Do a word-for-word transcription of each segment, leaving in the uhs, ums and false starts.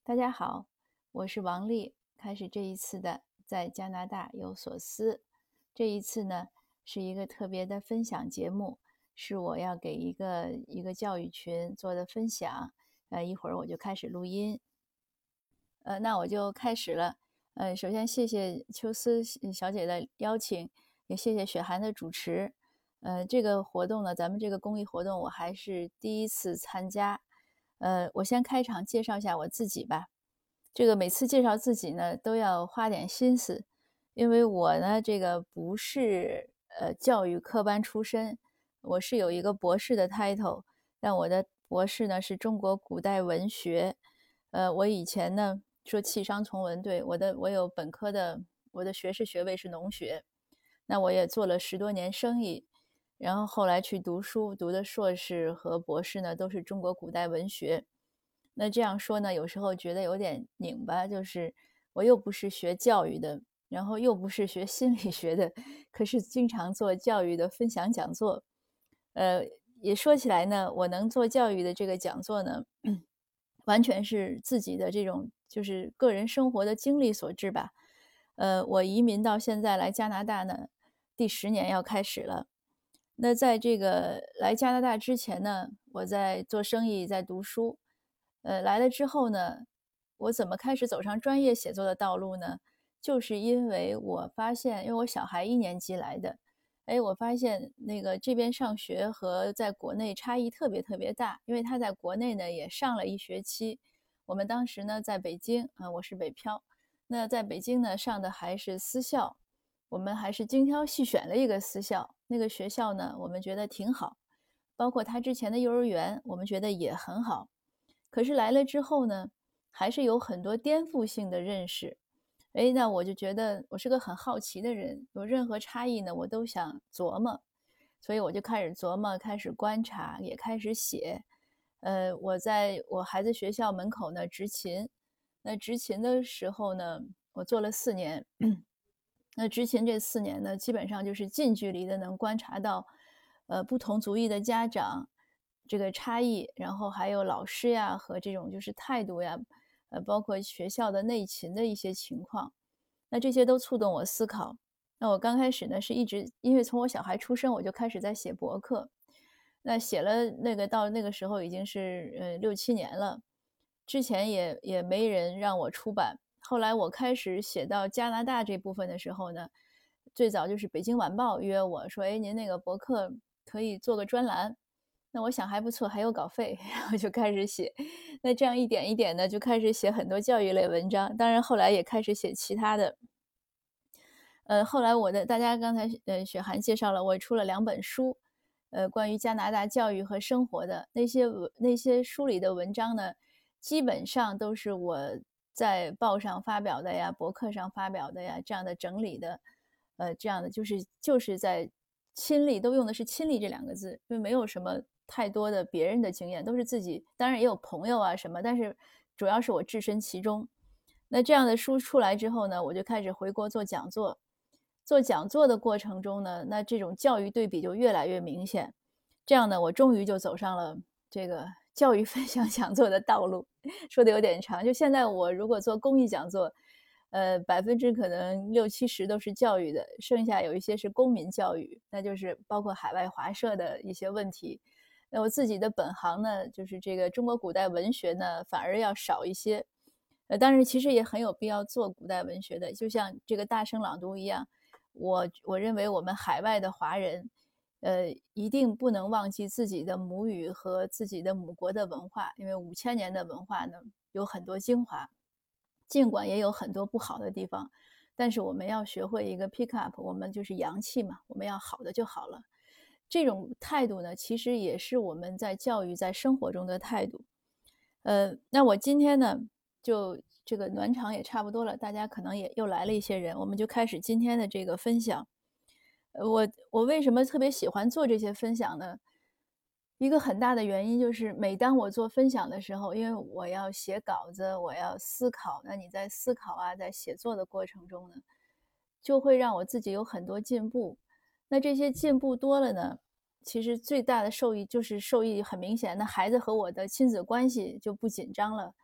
大家好，我是王丽，开始这一次的在加拿大有所思。这一次呢是一个特别的分享节目，是我要给一个一个教育群做的分享。呃，一会儿我就开始录音。呃，那我就开始了。呃，首先谢谢秋思小姐的邀请，也谢谢雪涵的主持。呃，这个活动呢，咱们这个公益活动我还是第一次参加。呃，我先开场介绍一下我自己吧。这个每次介绍自己呢，都要花点心思，因为我呢，这个不是呃教育科班出身，我是有一个博士的 title，但我的博士呢是中国古代文学。呃，我以前呢说弃商从文，对，我的我有本科的，我的学士学位是农学，那我也做了十多年生意，然后后来去读书，读的硕士和博士呢都是中国古代文学。那这样说呢，有时候觉得有点拧巴，就是我又不是学教育的，然后又不是学心理学的，可是经常做教育的分享讲座。呃，也说起来呢，我能做教育的这个讲座呢，完全是自己的这种就是个人生活的经历所致吧。呃，我移民到现在来加拿大呢，第十年要开始了。那在这个来加拿大之前呢，我在做生意，在读书。呃，来了之后呢，我怎么开始走上专业写作的道路呢？就是因为我发现，因为我小孩一年级来的，哎，我发现那个这边上学和在国内差异特别特别大。因为他在国内呢也上了一学期，我们当时呢在北京，啊、呃我是北漂，那在北京呢上的还是私校，我们还是精挑细选了一个私校。那个学校呢，我们觉得挺好，包括他之前的幼儿园，我们觉得也很好。可是来了之后呢，还是有很多颠覆性的认识。诶，那我就觉得我是个很好奇的人，有任何差异呢，我都想琢磨。所以我就开始琢磨，开始观察，也开始写。呃，我在我孩子学校门口呢执勤，那执勤的时候呢，我做了四年。那执勤这四年呢，基本上就是近距离的能观察到，呃，不同族裔的家长这个差异，然后还有老师呀和这种就是态度呀，呃，包括学校的内勤的一些情况。那这些都触动我思考。那我刚开始呢是一直因为从我小孩出生我就开始在写博客，那写了那个到那个时候已经是呃六七年了，之前也也没人让我出版。后来我开始写到加拿大这部分的时候呢，最早就是北京晚报约我说，哎，您那个博客可以做个专栏。那我想还不错，还有稿费，然后就开始写。那这样一点一点的就开始写很多教育类文章，当然后来也开始写其他的。呃，后来我的大家刚才呃雪涵介绍了，我出了两本书，呃，关于加拿大教育和生活的那些文那些书里的文章呢，基本上都是我在报上发表的呀，博客上发表的呀，这样的整理的。呃，这样的就是就是在亲历，都用的是亲历这两个字，因为没有什么太多的别人的经验，都是自己，当然也有朋友啊什么，但是主要是我置身其中。那这样的书出来之后呢，我就开始回国做讲座。做讲座的过程中呢，那这种教育对比就越来越明显。这样呢，我终于就走上了这个教育分享讲座的道路。说的有点长，就现在我如果做公益讲座，呃，百分之可能六七十都是教育的，剩下有一些是公民教育，那就是包括海外华社的一些问题。那我自己的本行呢，就是这个中国古代文学呢，反而要少一些。呃，当然其实也很有必要做古代文学的，就像这个大声朗读一样。我我认为我们海外的华人，呃，一定不能忘记自己的母语和自己的母国的文化，因为五千年的文化呢，有很多精华，尽管也有很多不好的地方，但是我们要学会一个 pick up，我们就是洋气嘛，我们要好的就好了。这种态度呢，其实也是我们在教育在生活中的态度。呃，那我今天呢，就这个暖场也差不多了，大家可能也又来了一些人，我们就开始今天的这个分享。呃，我我为什么特别喜欢做这些分享呢？一个很大的原因就是，每当我做分享的时候，因为我要写稿子，我要思考，那你在思考啊，在写作的过程中呢，就会让我自己有很多进步。那这些进步多了呢，其实最大的受益就是受益很明显，那孩子和我的亲子关系就不紧张了。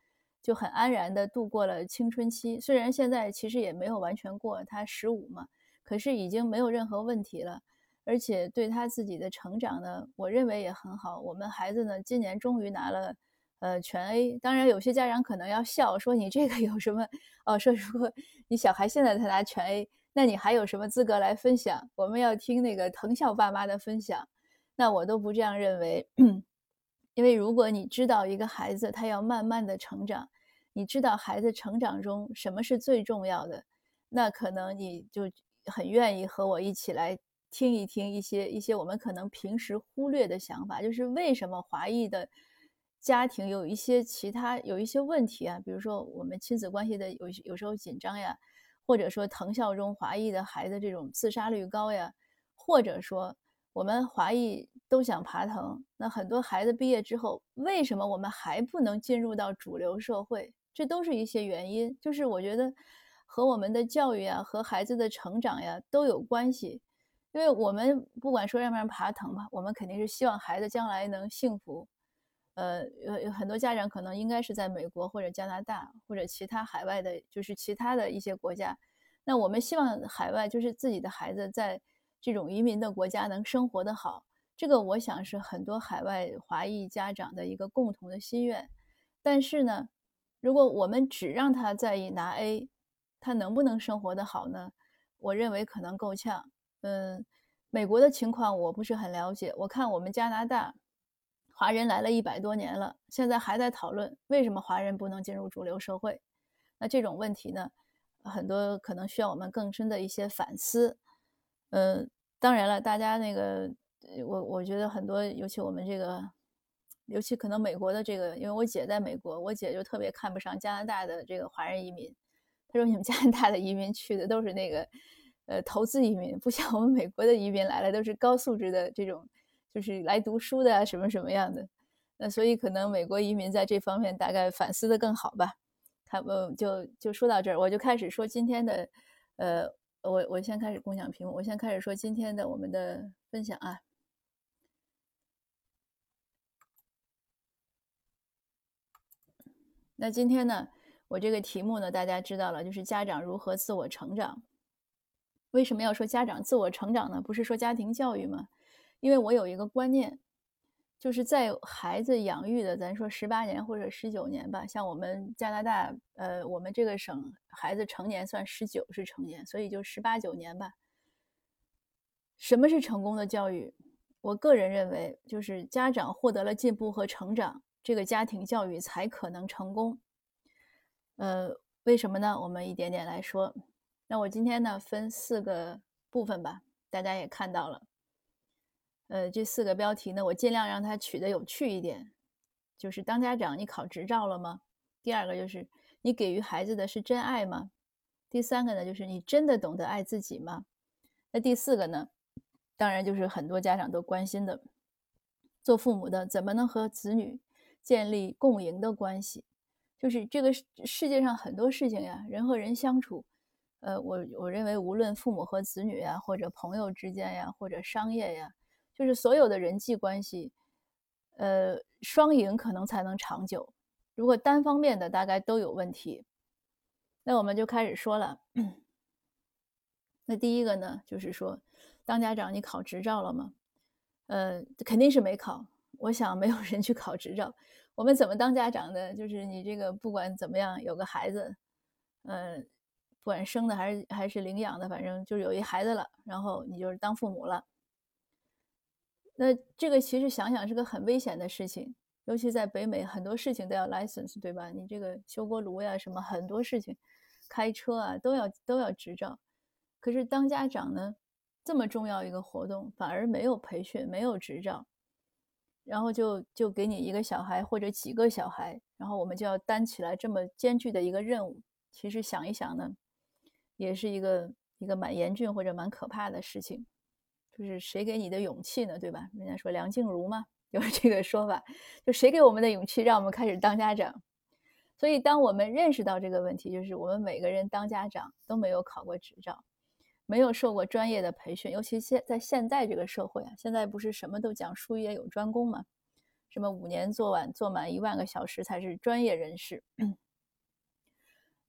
就很安然地度过了青春期。虽然现在其实也没有完全过，他十五嘛，可是已经没有任何问题了。而且对他自己的成长呢，我认为也很好。我们孩子呢，今年终于拿了呃全 A。当然有些家长可能要笑说你这个有什么哦，说如果你小孩现在才拿全 A， 那你还有什么资格来分享？我们要听那个藤校爸妈的分享。那我都不这样认为。因为如果你知道一个孩子他要慢慢的成长，你知道孩子成长中什么是最重要的，那可能你就很愿意和我一起来听一听一些一些我们可能平时忽略的想法，就是为什么华裔的家庭有一些其他有一些问题啊，比如说我们亲子关系的有有时候紧张呀，或者说藤校中华裔的孩子这种自杀率高呀，或者说我们华裔都想爬藤，那很多孩子毕业之后，为什么我们还不能进入到主流社会？这都是一些原因，就是我觉得和我们的教育啊，和孩子的成长呀都有关系。因为我们不管说让不让爬藤吧，我们肯定是希望孩子将来能幸福。呃，有有很多家长可能应该是在美国或者加拿大或者其他海外的，就是其他的一些国家。那我们希望海外就是自己的孩子在这种移民的国家能生活得好，这个我想是很多海外华裔家长的一个共同的心愿。但是呢，如果我们只让他在意拿 A， 他能不能生活得好呢？我认为可能够呛。嗯，美国的情况我不是很了解，我看我们加拿大华人来了一百多年了，现在还在讨论为什么华人不能进入主流社会。那这种问题呢，很多可能需要我们更深的一些反思。呃，当然了，大家那个，我我觉得很多，尤其我们这个，尤其可能美国的这个，因为我姐在美国，我姐就特别看不上加拿大的这个华人移民。她说你们加拿大的移民去的都是那个，呃，投资移民，不像我们美国的移民来了都是高素质的这种，就是来读书的啊，什么什么样的。那所以可能美国移民在这方面大概反思的更好吧。他们就就说到这儿，我就开始说今天的，呃，我我先开始共享屏幕，我先开始说今天的我们的分享啊。那今天呢，我这个题目呢，大家知道了，就是家长如何自我成长。为什么要说家长自我成长呢？不是说家庭教育吗？因为我有一个观念，就是在孩子养育的，咱说十八年或者十九年吧，像我们加拿大，呃，我们这个省孩子成年算十九是成年，所以就十八九年吧。什么是成功的教育？我个人认为，就是家长获得了进步和成长，这个家庭教育才可能成功。呃，为什么呢？我们一点点来说。那我今天呢，分四个部分吧，大家也看到了。呃，这四个标题呢，我尽量让它取得有趣一点。就是当家长，你考执照了吗？第二个就是你给予孩子的是真爱吗？第三个呢，就是你真的懂得爱自己吗？那第四个呢，当然就是很多家长都关心的，做父母的怎么能和子女建立共赢的关系？就是这个世界上很多事情呀，人和人相处，呃，我我认为无论父母和子女呀，或者朋友之间呀，或者商业呀，就是所有的人际关系，呃，双赢可能才能长久。如果单方面的，大概都有问题。那我们就开始说了。那第一个呢，就是说，当家长你考执照了吗？呃，肯定是没考。我想没有人去考执照。我们怎么当家长的？就是你这个不管怎么样，有个孩子，呃，不管生的还是还是领养的，反正就有一孩子了，然后你就是当父母了。那这个其实想想是个很危险的事情，尤其在北美，很多事情都要 license， 对吧？你这个修锅炉呀，什么很多事情，开车啊都要都要执照。可是当家长呢，这么重要一个活动，反而没有培训，没有执照，然后就就给你一个小孩或者几个小孩，然后我们就要担起来这么艰巨的一个任务。其实想一想呢，也是一个一个蛮严峻或者蛮可怕的事情。就是谁给你的勇气呢，对吧？人家说梁静茹嘛，就是这个说法，就谁给我们的勇气，让我们开始当家长。所以当我们认识到这个问题，就是我们每个人当家长都没有考过执照，没有受过专业的培训，尤其现在现在这个社会啊，现在不是什么都讲术业有专攻嘛，什么五年做完做满一万个小时才是专业人士。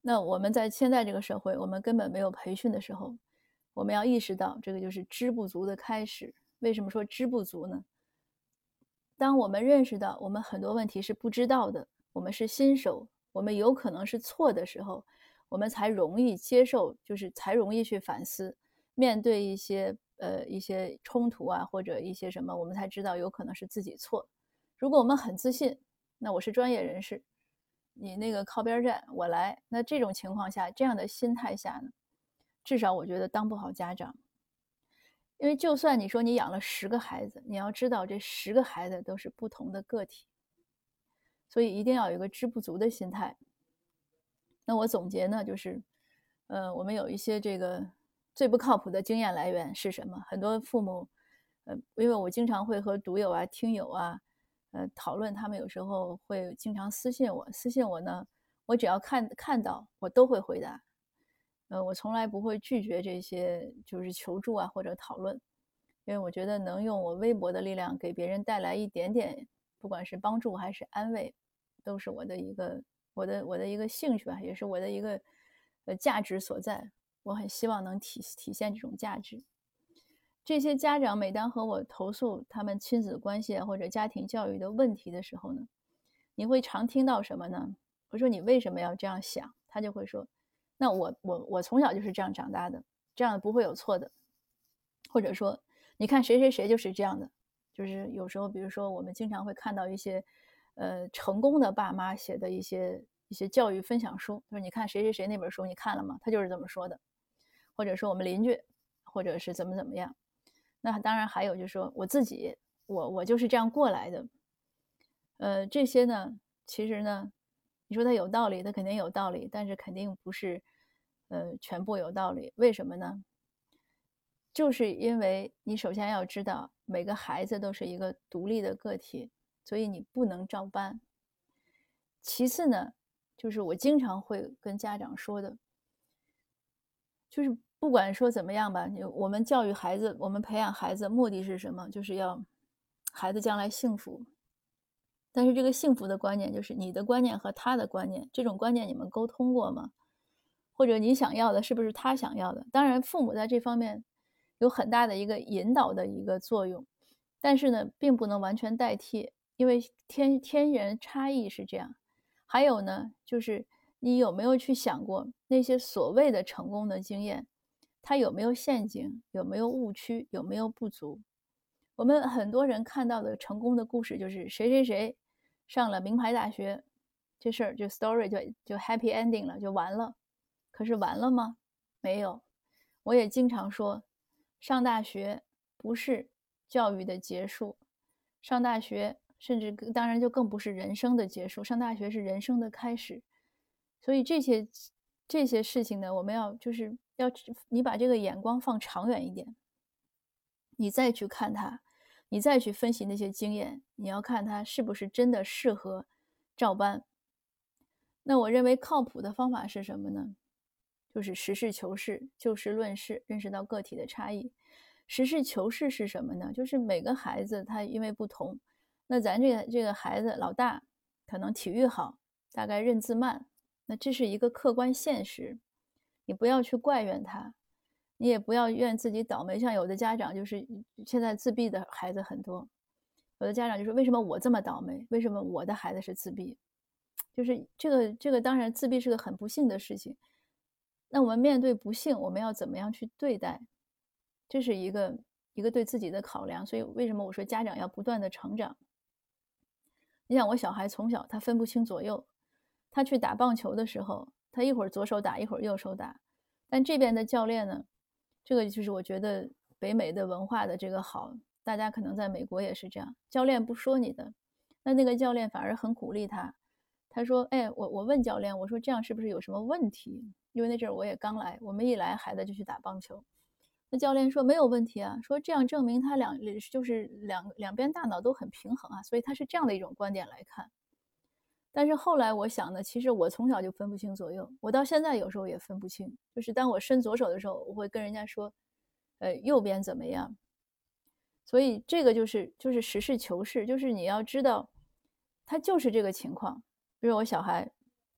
那我们在现在这个社会，我们根本没有培训的时候，我们要意识到这个就是知不足的开始。为什么说知不足呢？当我们认识到我们很多问题是不知道的，我们是新手，我们有可能是错的时候，我们才容易接受，就是才容易去反思，面对一些呃一些冲突啊，或者一些什么，我们才知道有可能是自己错。如果我们很自信，那我是专业人士，你那个靠边站，我来。那这种情况下，这样的心态下呢，至少我觉得当不好家长。因为就算你说你养了十个孩子，你要知道这十个孩子都是不同的个体，所以一定要有一个知不足的心态。那我总结呢，就是，呃，我们有一些这个最不靠谱的经验来源是什么？很多父母，呃，因为我经常会和读友啊、听友啊，呃，讨论，他们有时候会经常私信我，私信我呢，我只要看看到，我都会回答。呃，我从来不会拒绝这些就是求助啊或者讨论，因为我觉得能用我微薄的力量给别人带来一点点，不管是帮助还是安慰，都是我的一个我的我的一个兴趣吧，也是我的一个呃价值所在。我很希望能体体现这种价值。这些家长每当和我投诉他们亲子关系啊或者家庭教育的问题的时候呢，你会常听到什么呢？我说你为什么要这样想？他就会说，那我我我从小就是这样长大的，这样不会有错的。或者说，你看谁谁谁就是这样的，就是有时候，比如说我们经常会看到一些，呃，成功的爸妈写的一些一些教育分享书，就是你看谁谁谁那本书你看了吗？他就是这么说的，或者说我们邻居，或者是怎么怎么样。那当然还有就是说我自己，我我就是这样过来的。呃，这些呢，其实呢，你说它有道理，它肯定有道理，但是肯定不是，呃，全部有道理。为什么呢？就是因为你首先要知道，每个孩子都是一个独立的个体，所以你不能照搬。其次呢，就是我经常会跟家长说的，就是不管说怎么样吧，我们教育孩子，我们培养孩子，目的是什么？就是要孩子将来幸福。但是这个幸福的观念，就是你的观念和他的观念，这种观念你们沟通过吗？或者你想要的是不是他想要的？当然，父母在这方面有很大的一个引导的一个作用，但是呢，并不能完全代替，因为天天人差异是这样。还有呢，就是你有没有去想过那些所谓的成功的经验，它有没有陷阱，有没有误区，有没有不足？我们很多人看到的成功的故事，就是谁谁谁上了名牌大学，这事儿就 story 就就 happy ending 了，就完了。可是完了吗？没有。我也经常说，上大学不是教育的结束，上大学甚至当然就更不是人生的结束，上大学是人生的开始。所以这些这些事情呢，我们要就是要你把这个眼光放长远一点，你再去看它，你再去分析那些经验，你要看它是不是真的适合照搬。那我认为靠谱的方法是什么呢？就是实事求是，就事论事，认识到个体的差异。实事求是是什么呢？就是每个孩子他因为不同，那咱这个这个孩子老大可能体育好，大概认字慢，那这是一个客观现实，你不要去怪怨他，你也不要怨自己倒霉。像有的家长就是现在自闭的孩子很多，有的家长就说为什么我这么倒霉？为什么我的孩子是自闭？就是这个这个当然自闭是个很不幸的事情。那我们面对不幸，我们要怎么样去对待？这是一个一个对自己的考量。所以为什么我说家长要不断的成长？你想我小孩从小他分不清左右，他去打棒球的时候，他一会儿左手打，一会儿右手打。但这边的教练呢，这个就是我觉得北美的文化的这个好，大家可能在美国也是这样，教练不说你的，那那个教练反而很鼓励他。他说：“哎，我我问教练，我说这样是不是有什么问题？因为那阵儿我也刚来，我们一来孩子就去打棒球。那教练说没有问题啊，说这样证明他两就是两两边大脑都很平衡啊，所以他是这样的一种观点来看。但是后来我想呢，其实我从小就分不清左右，我到现在有时候也分不清。就是当我伸左手的时候，我会跟人家说，呃，右边怎么样？所以这个就是就是实事求是，就是你要知道，他就是这个情况。比如我小孩，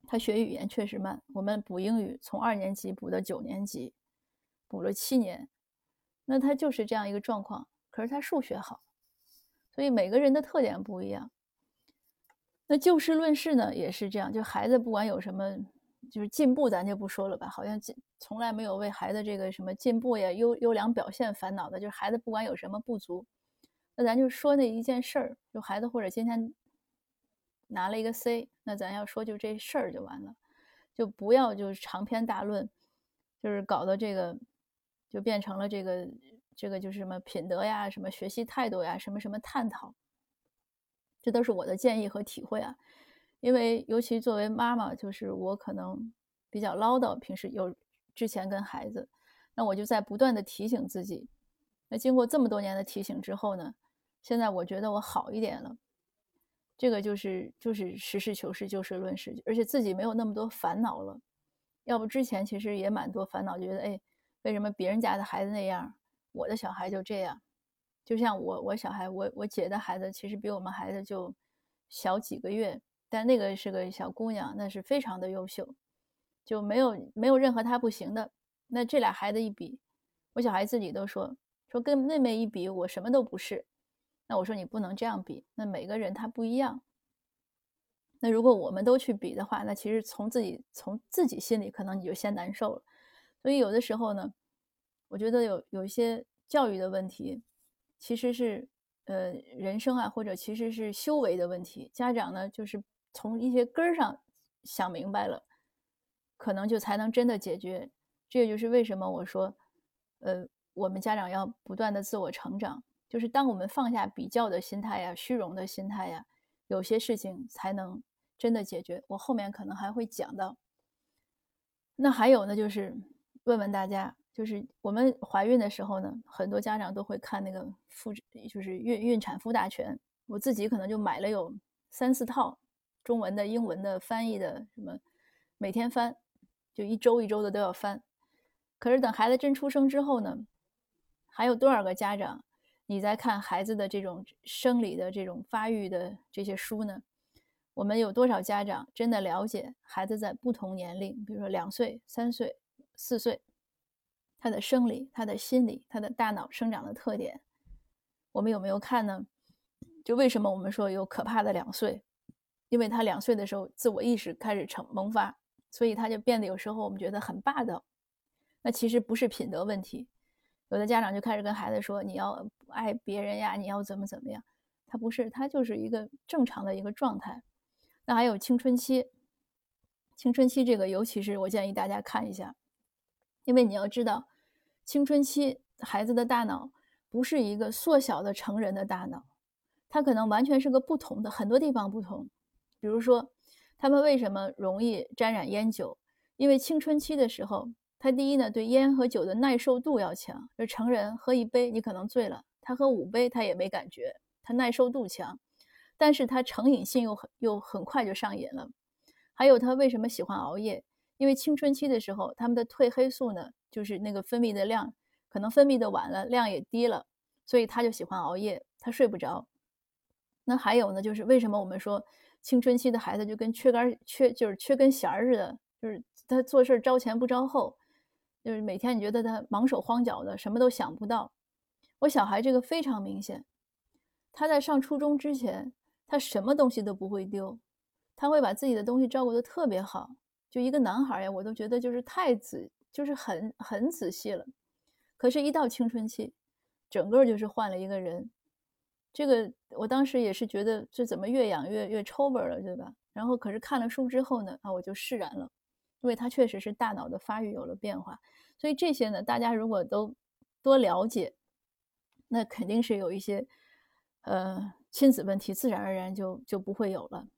他学语言确实慢，我们补英语从二年级补到九年级，补了七年，那他就是这样一个状况。可是他数学好，所以每个人的特点不一样。那就事论事呢，也是这样，就孩子不管有什么就是进步咱就不说了吧，好像从来没有为孩子这个什么进步呀、优优良表现烦恼的，就是孩子不管有什么不足，那咱就说那一件事儿，就孩子或者今天拿了一个 C， 那咱要说就这事儿就完了，就不要就是长篇大论，就是搞得这个就变成了这个这个就是什么品德呀、什么学习态度呀、什么什么探讨。这都是我的建议和体会啊，因为尤其作为妈妈，就是我可能比较唠叨，平时有之前跟孩子，那我就在不断的提醒自己。那经过这么多年的提醒之后呢，现在我觉得我好一点了。这个就是就是实事求是，就事论事，而且自己没有那么多烦恼了。要不之前其实也蛮多烦恼，觉得哎，为什么别人家的孩子那样，我的小孩就这样？就像我我小孩，我我姐的孩子其实比我们孩子就小几个月，但那个是个小姑娘，那是非常的优秀，就没有没有任何她不行的。那这俩孩子一比，我小孩自己都说说跟妹妹一比，我什么都不是。那我说你不能这样比，那每个人他不一样。那如果我们都去比的话，那其实从自己从自己心里可能你就先难受了。所以有的时候呢，我觉得有有一些教育的问题，其实是呃人生啊，或者其实是修为的问题。家长呢，就是从一些根儿上想明白了，可能就才能真的解决。这也就是为什么我说，呃，我们家长要不断的自我成长，就是当我们放下比较的心态呀、虚荣的心态呀，有些事情才能真的解决。我后面可能还会讲到。那还有呢，就是问问大家，就是我们怀孕的时候呢，很多家长都会看那个妇，就是孕孕产妇大全。我自己可能就买了有三四套，中文的、英文的、翻译的，什么每天翻，就一周一周的都要翻。可是等孩子真出生之后呢，还有多少个家长，你在看孩子的这种生理的这种发育的这些书呢？我们有多少家长真的了解孩子在不同年龄，比如说两岁、三岁、四岁，他的生理、他的心理、他的大脑生长的特点，我们有没有看呢？就为什么我们说有可怕的两岁？因为他两岁的时候自我意识开始成萌发，所以他就变得有时候我们觉得很霸道。那其实不是品德问题，有的家长就开始跟孩子说你要爱别人呀，你要怎么怎么样，他不是，他就是一个正常的一个状态。那还有青春期，青春期这个尤其是我建议大家看一下，因为你要知道，青春期孩子的大脑不是一个缩小的成人的大脑，它可能完全是个不同的，很多地方不同。比如说，他们为什么容易沾染烟酒？因为青春期的时候，他第一呢，对烟和酒的耐受度要强，就成人喝一杯你可能醉了，他喝五杯他也没感觉，他耐受度强。但是他成瘾性又很又很快就上瘾了。还有他为什么喜欢熬夜？因为青春期的时候，他们的褪黑素呢，就是那个分泌的量，可能分泌的晚了，量也低了，所以他就喜欢熬夜，他睡不着。那还有呢，就是为什么我们说青春期的孩子就跟缺根缺就是缺根弦似的，就是他做事招前不着后，就是每天你觉得他忙手慌脚的，什么都想不到。我小孩这个非常明显，他在上初中之前，他什么东西都不会丢，他会把自己的东西照顾得特别好。就一个男孩呀，我都觉得就是太仔，就是很很仔细了。可是，一到青春期，整个就是换了一个人。这个我当时也是觉得，这怎么越养越越抽本了，对吧？然后可是看了书之后呢，啊，我就释然了，因为他确实是大脑的发育有了变化。所以这些呢，大家如果都多了解，那肯定是有一些呃亲子问题，自然而然就就不会有了。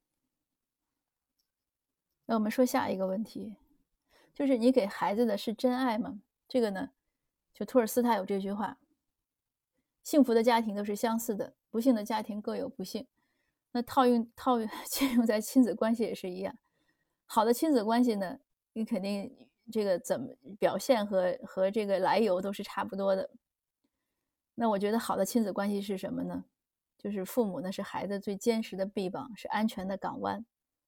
那我们说下一个问题，就是你给孩子的是真爱吗？这个呢，就托尔斯泰有这句话：幸福的家庭都是相似的，不幸的家庭各有不幸。那套用套用借用在亲子关系也是一样。好的亲子关系呢，你肯定这个怎么表现和和这个来由都是差不多的。那我觉得好的亲子关系是什么呢？就是父母呢是孩子最坚实的臂膀，是安全的港湾。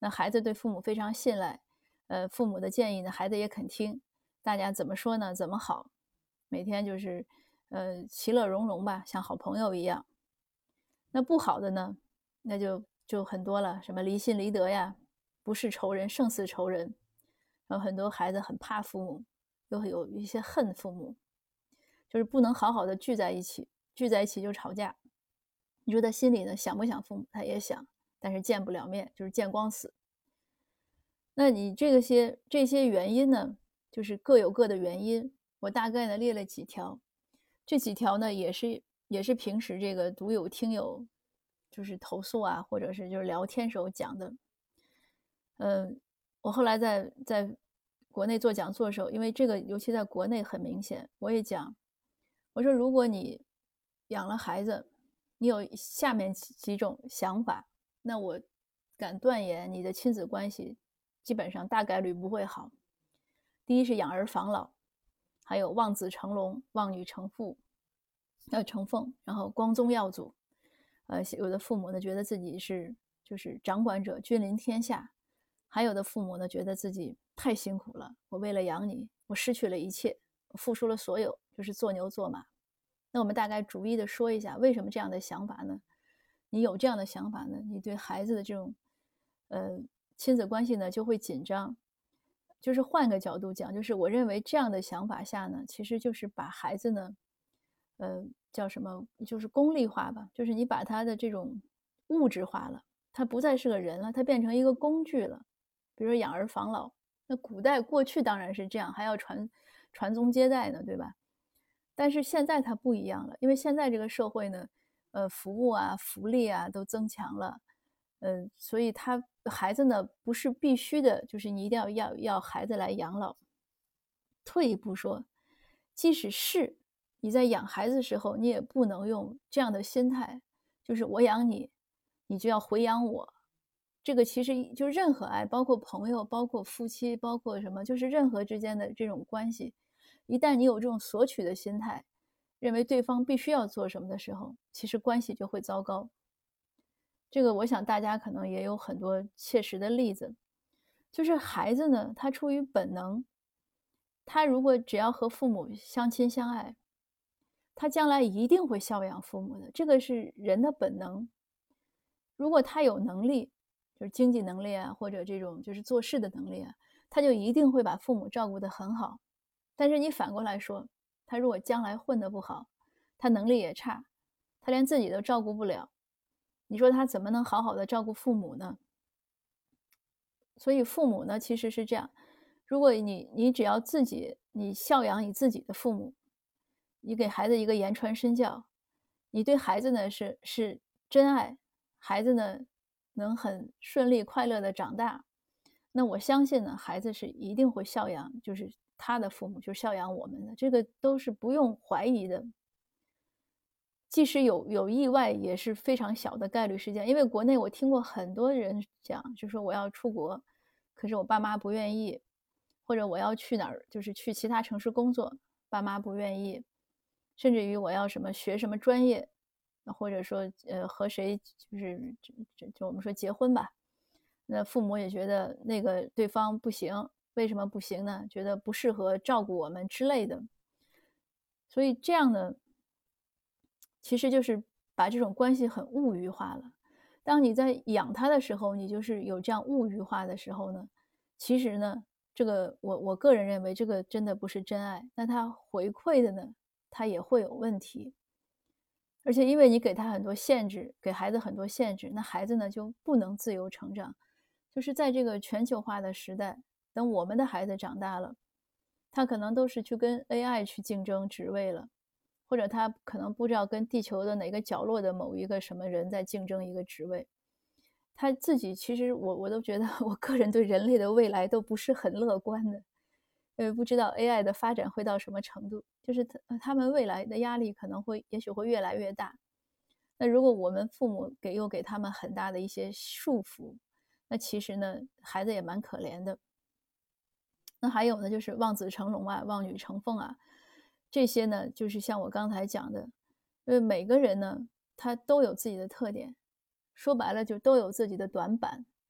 那孩子对父母非常信赖，呃，父母的建议呢，孩子也肯听，大家怎么说呢，怎么好，每天就是呃其乐融融吧，像好朋友一样。那不好的呢，那就就很多了，什么离心离德呀，不是仇人胜似仇人，然后很多孩子很怕父母，又有一些恨父母，就是不能好好的聚在一起，聚在一起就吵架。你说他心里呢想不想父母，他也想，但是见不了面，就是见光死。那你这个些这些原因呢，就是各有各的原因，我大概呢列了几条，这几条呢也是也是平时这个读友听友就是投诉啊，或者是就是聊天时候讲的。嗯，我后来在在国内做讲座的时候，因为这个尤其在国内很明显，我也讲，我说如果你养了孩子，你有下面几几种想法，那我敢断言你的亲子关系基本上大概率不会好。第一是养儿防老，还有望子成龙、望女成父、呃成凤，然后光宗耀祖。呃，有的父母呢觉得自己是就是掌管者，君临天下；还有的父母呢觉得自己太辛苦了，我为了养你，我失去了一切，我付出了所有，就是做牛做马。那我们大概逐一的说一下，为什么这样的想法呢？你有这样的想法呢，你对孩子的这种呃亲子关系呢就会紧张。就是换个角度讲，就是我认为这样的想法下呢，其实就是把孩子呢，呃，叫什么，就是功利化吧，就是你把他的这种物质化了，他不再是个人了，他变成一个工具了。比如说养儿防老，那古代过去当然是这样，还要传传宗接代呢，对吧？但是现在它不一样了，因为现在这个社会呢，呃，服务啊、福利啊都增强了，呃，所以他孩子呢不是必须的，就是你一定要要要孩子来养老。退一步说，即使是你在养孩子的时候，你也不能用这样的心态，就是我养你，你就要回养我。这个其实就任何爱，包括朋友，包括夫妻，包括什么，就是任何之间的这种关系，一旦你有这种索取的心态，认为对方必须要做什么的时候，其实关系就会糟糕。这个我想大家可能也有很多切实的例子，就是孩子呢，他出于本能，他如果只要和父母相亲相爱，他将来一定会孝养父母的，这个是人的本能。如果他有能力，就是经济能力啊，或者这种就是做事的能力啊，他就一定会把父母照顾得很好。但是你反过来说，他如果将来混得不好，他能力也差，他连自己都照顾不了，你说他怎么能好好的照顾父母呢？所以父母呢，其实是这样，如果你你只要自己你孝养你自己的父母，你给孩子一个言传身教，你对孩子呢是是真爱，孩子呢能很顺利快乐的长大，那我相信呢，孩子是一定会孝养，就是他的父母就是孝养我们的，这个都是不用怀疑的。即使有有意外，也是非常小的概率事件。因为国内我听过很多人讲，就说我要出国，可是我爸妈不愿意，或者我要去哪儿，就是去其他城市工作，爸妈不愿意，甚至于我要什么学什么专业，或者说呃和谁就是就就我们说结婚吧，那父母也觉得那个对方不行，为什么不行呢？觉得不适合照顾我们之类的。所以这样呢，其实就是把这种关系很物欲化了。当你在养他的时候，你就是有这样物欲化的时候呢，其实呢，这个我我个人认为这个真的不是真爱，那他回馈的呢，他也会有问题。而且因为你给他很多限制，给孩子很多限制，那孩子呢就不能自由成长。就是在这个全球化的时代，等我们的孩子长大了，他可能都是去跟 A I 去竞争职位了，或者他可能不知道跟地球的哪个角落的某一个什么人在竞争一个职位。他自己其实我我都觉得，我个人对人类的未来都不是很乐观的，因为不知道 A I 的发展会到什么程度，就是他他们未来的压力可能会也许会越来越大。那如果我们父母给又给他们很大的一些束缚，那其实呢，孩子也蛮可怜的。那还有呢，就是望子成龙啊，望女成凤啊，这些呢，就是像我刚才讲的，因为每个人呢，他都有自己的特点，说白了就都有自己的短板。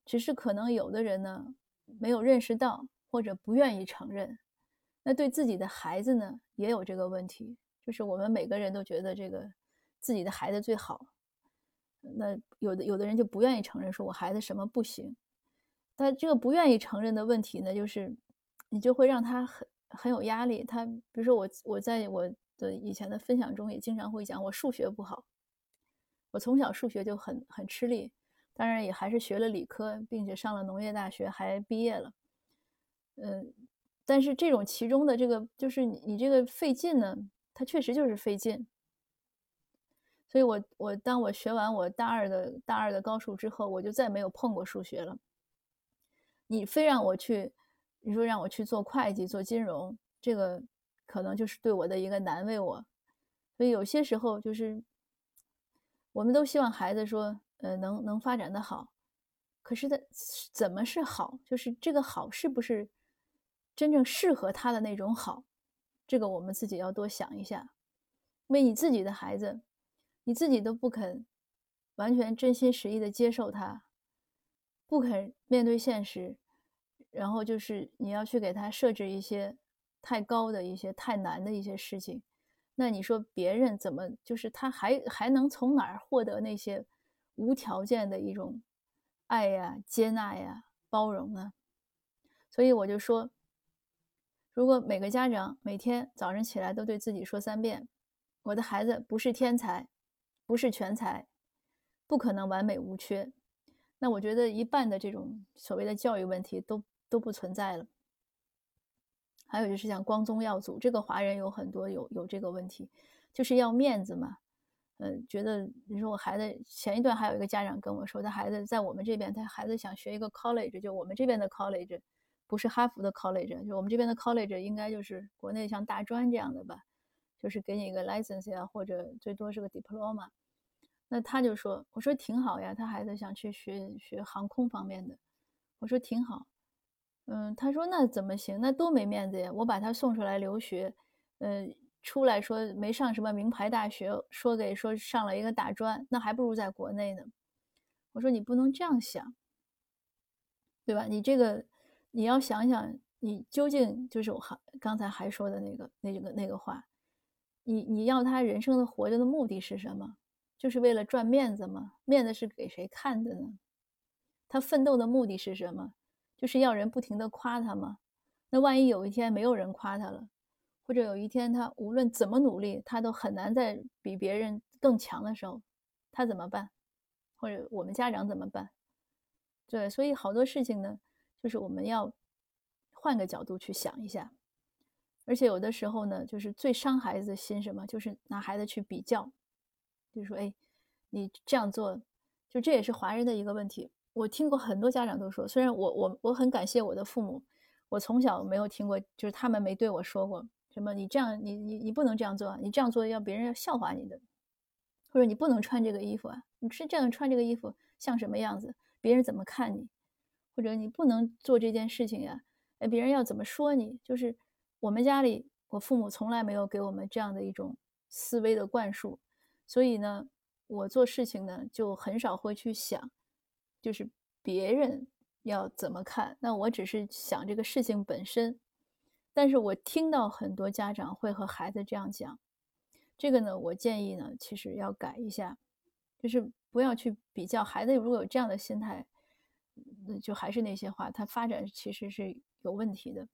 只是可能有的人呢没有认识到，或者不愿意承认。那对自己的孩子呢也有这个问题，就是我们每个人都觉得这个自己的孩子最好，那有的有的人就不愿意承认，说我孩子什么不行。但这个不愿意承认的问题呢，就是你就会让他很很有压力。他比如说我我在我的以前的分享中也经常会讲，我数学不好，我从小数学就很很吃力，当然也还是学了理科，并且上了农业大学，还毕业了。嗯，但是这种其中的这个就是你你这个费劲呢，它确实就是费劲。所以我我当我学完我大二的大二的高数之后，我就再没有碰过数学了。你非让我去，你说让我去做会计、做金融，这个可能就是对我的一个难为我。所以有些时候就是，我们都希望孩子说，呃，能能发展的好，可是他怎么是好？就是这个好是不是真正适合他的那种好？这个我们自己要多想一下。因为你自己的孩子，你自己都不肯完全真心实意的接受他，不肯面对现实，然后就是你要去给他设置一些太高的一些太难的一些事情，那你说别人怎么就是他还还能从哪儿获得那些无条件的一种爱呀、接纳呀、包容呢？所以我就说，如果每个家长每天早上起来都对自己说三遍，我的孩子不是天才，不是全才，不可能完美无缺，那我觉得一半的这种所谓的教育问题都都不存在了。还有就是像光宗耀祖，这个华人有很多有有这个问题，就是要面子嘛。呃，觉得你说我孩子前一段还有一个家长跟我说，他孩子在我们这边，他孩子想学一个 college，就我们这边的 college，不是哈佛的 college，就我们这边的 college 应该就是国内像大专这样的吧，就是给你一个 license 呀，或者最多是个 diploma。那他就说，我说挺好呀，他孩子想去学学航空方面的，我说挺好。嗯，他说那怎么行？那多没面子呀！我把他送出来留学，呃，出来说没上什么名牌大学，说给说上了一个大专，那还不如在国内呢。我说你不能这样想，对吧？你这个你要想想，你究竟就是我还刚才还说的那个那个那个话，你你要他人生的活着的目的是什么？就是为了赚面子吗？面子是给谁看的呢？他奋斗的目的是什么？就是要人不停地夸他吗？那万一有一天没有人夸他了，或者有一天他无论怎么努力，他都很难再比别人更强的时候，他怎么办？或者我们家长怎么办？对，所以好多事情呢，就是我们要换个角度去想一下。而且有的时候呢，就是最伤孩子的心什么，就是拿孩子去比较，就是说，哎，你这样做，就这也是华人的一个问题。我听过很多家长都说，虽然我我我很感谢我的父母，我从小没有听过，就是他们没对我说过什么你这样，你你你不能这样做，你这样做要别人要笑话你的，或者你不能穿这个衣服啊，你是这样穿这个衣服像什么样子，别人怎么看你，或者你不能做这件事情呀，哎，别人要怎么说你，就是我们家里我父母从来没有给我们这样的一种思维的灌输，所以呢，我做事情呢就很少会去想，就是别人要怎么看，那我只是想这个事情本身。但是我听到很多家长会和孩子这样讲，这个呢，我建议呢，其实要改一下，就是不要去比较。孩子如果有这样的心态，那就还是那些话，他发展其实是有问题的。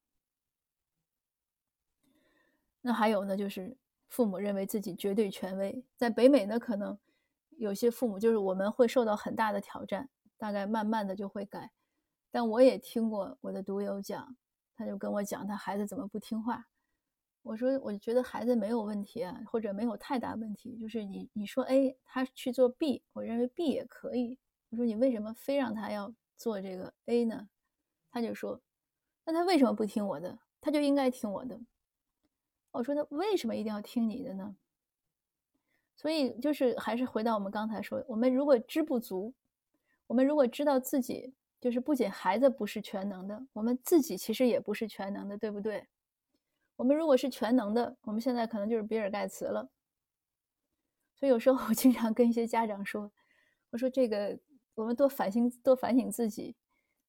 那还有呢，就是父母认为自己绝对权威，在北美呢，可能有些父母就是我们会受到很大的挑战，大概慢慢的就会改。但我也听过我的读友讲，他就跟我讲他孩子怎么不听话。我说我觉得孩子没有问题啊，或者没有太大问题，就是你你说 A，他去做 B，我认为 B 也可以。我说你为什么非让他要做这个 A 呢？他就说，那他为什么不听我的？他就应该听我的。我说他为什么一定要听你的呢？所以就是还是回到我们刚才说，我们如果知不足，我们如果知道自己就是不仅孩子不是全能的，我们自己其实也不是全能的，对不对？我们如果是全能的，我们现在可能就是比尔盖茨了。所以有时候我经常跟一些家长说，我说这个我们多反省多反省自己，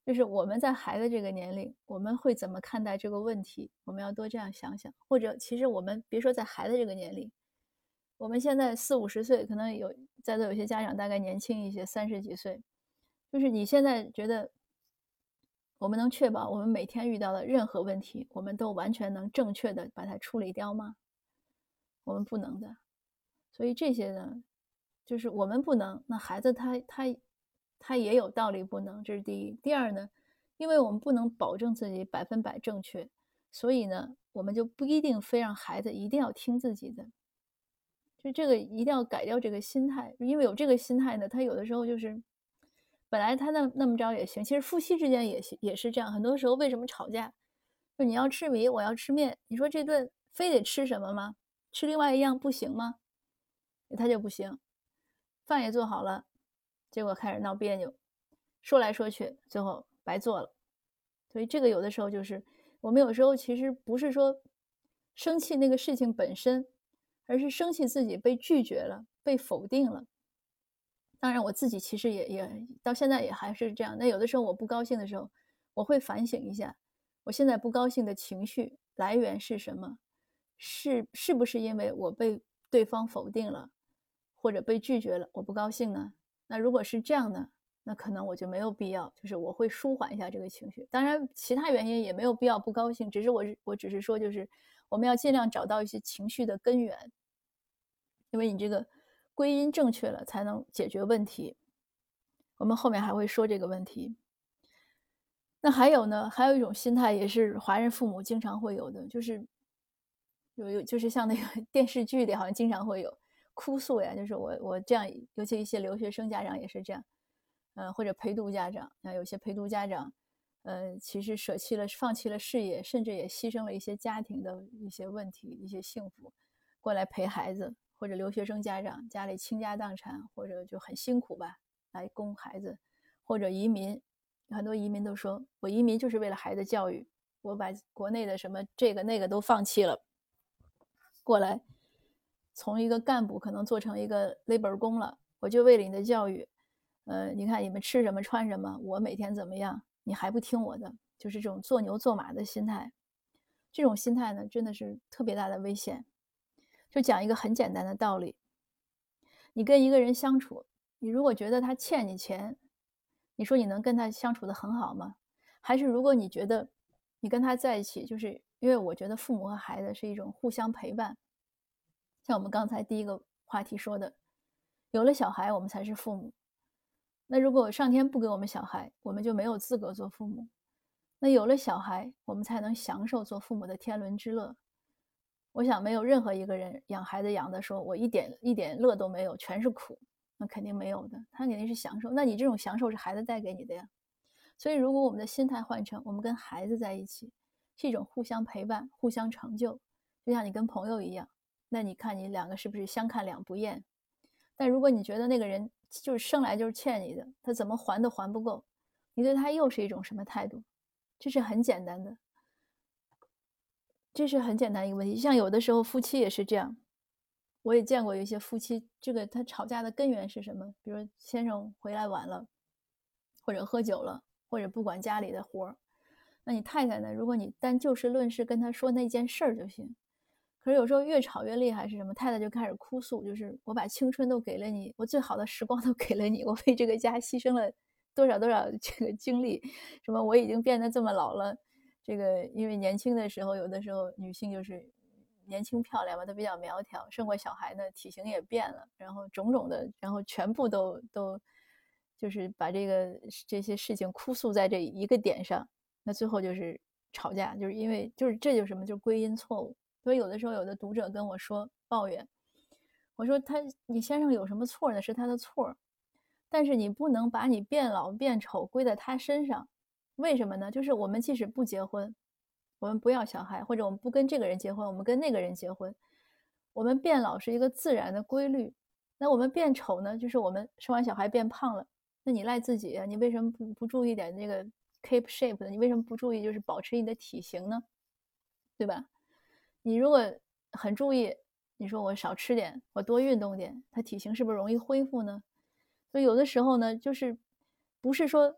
就是我们在孩子这个年龄，我们会怎么看待这个问题？我们要多这样想想。或者其实我们别说在孩子这个年龄，我们现在四五十岁，可能有在座有些家长大概年轻一些，三十几岁，就是你现在觉得我们能确保我们每天遇到的任何问题，我们都完全能正确的把它处理掉吗？我们不能的。所以这些呢，就是我们不能，那孩子他他他也有道理不能，这是第一。第二呢，因为我们不能保证自己百分百正确，所以呢，我们就不一定非让孩子一定要听自己的。就这个一定要改掉这个心态，因为有这个心态呢，他有的时候就是本来他那那么着也行，其实夫妻之间也是也是这样，很多时候为什么吵架？就你要吃米，我要吃面，你说这顿非得吃什么吗？吃另外一样不行吗？他就不行，饭也做好了，结果开始闹别扭，说来说去，最后白做了。所以这个有的时候就是我们有时候其实不是说生气那个事情本身，而是生气自己被拒绝了，被否定了。当然我自己其实也也到现在也还是这样，那有的时候我不高兴的时候，我会反省一下，我现在不高兴的情绪来源是什么？是是不是因为我被对方否定了，或者被拒绝了，我不高兴呢？那如果是这样呢，那可能我就没有必要，就是我会舒缓一下这个情绪。当然其他原因也没有必要不高兴，只是我我只是说就是我们要尽量找到一些情绪的根源，因为你这个归因正确了才能解决问题。我们后面还会说这个问题。那还有呢，还有一种心态也是华人父母经常会有的，就是有有就是像那个电视剧里好像经常会有哭诉呀，就是我我这样，尤其一些留学生家长也是这样，呃，或者陪读家长，啊，有些陪读家长，呃，其实舍弃了放弃了事业，甚至也牺牲了一些家庭的一些问题、一些幸福，过来陪孩子，或者留学生家长家里倾家荡产，或者就很辛苦吧，来供孩子，或者移民，很多移民都说我移民就是为了孩子教育，我把国内的什么这个那个都放弃了，过来从一个干部可能做成一个 labor 工了，我就为了你的教育，呃，你看你们吃什么穿什么，我每天怎么样，你还不听我的，就是这种做牛做马的心态。这种心态呢，真的是特别大的危险。就讲一个很简单的道理，你跟一个人相处，你如果觉得他欠你钱，你说你能跟他相处得很好吗？还是如果你觉得你跟他在一起，就是因为我觉得父母和孩子是一种互相陪伴，像我们刚才第一个话题说的，有了小孩我们才是父母，那如果上天不给我们小孩，我们就没有资格做父母，那有了小孩我们才能享受做父母的天伦之乐。我想没有任何一个人养孩子养的说我一点一点乐都没有，全是苦，那肯定没有的，他肯定是享受，那你这种享受是孩子带给你的呀。所以如果我们的心态换成我们跟孩子在一起，是一种互相陪伴、互相成就，就像你跟朋友一样，那你看你两个是不是相看两不厌？但如果你觉得那个人就是生来就是欠你的，他怎么还都还不够，你对他又是一种什么态度？这是很简单的，这是很简单一个问题。像有的时候夫妻也是这样，我也见过有一些夫妻，这个他吵架的根源是什么？比如先生回来晚了，或者喝酒了，或者不管家里的活儿，那你太太呢？如果你单就事论事跟她说那件事儿就行。可是有时候越吵越厉害是什么？太太就开始哭诉，就是我把青春都给了你，我最好的时光都给了你，我为这个家牺牲了多少多少这个精力，什么我已经变得这么老了，这个因为年轻的时候有的时候女性就是年轻漂亮嘛，都比较苗条，生过小孩呢，体型也变了，然后种种的，然后全部都都就是把这个这些事情哭诉在这一个点上，那最后就是吵架，就是因为就是这就是什么，就是归因错误。所以有的时候有的读者跟我说抱怨，我说他你先生有什么错呢？是他的错，但是你不能把你变老变丑归在他身上。为什么呢？就是我们即使不结婚，我们不要小孩，或者我们不跟这个人结婚，我们跟那个人结婚，我们变老是一个自然的规律。那我们变丑呢，就是我们生完小孩变胖了，那你赖自己啊，你为什么不不注意点这个 keep shape 呢？你为什么不注意就是保持你的体型呢？对吧？你如果很注意，你说我少吃点，我多运动点，他体型是不是容易恢复呢？所以有的时候呢，就是不是说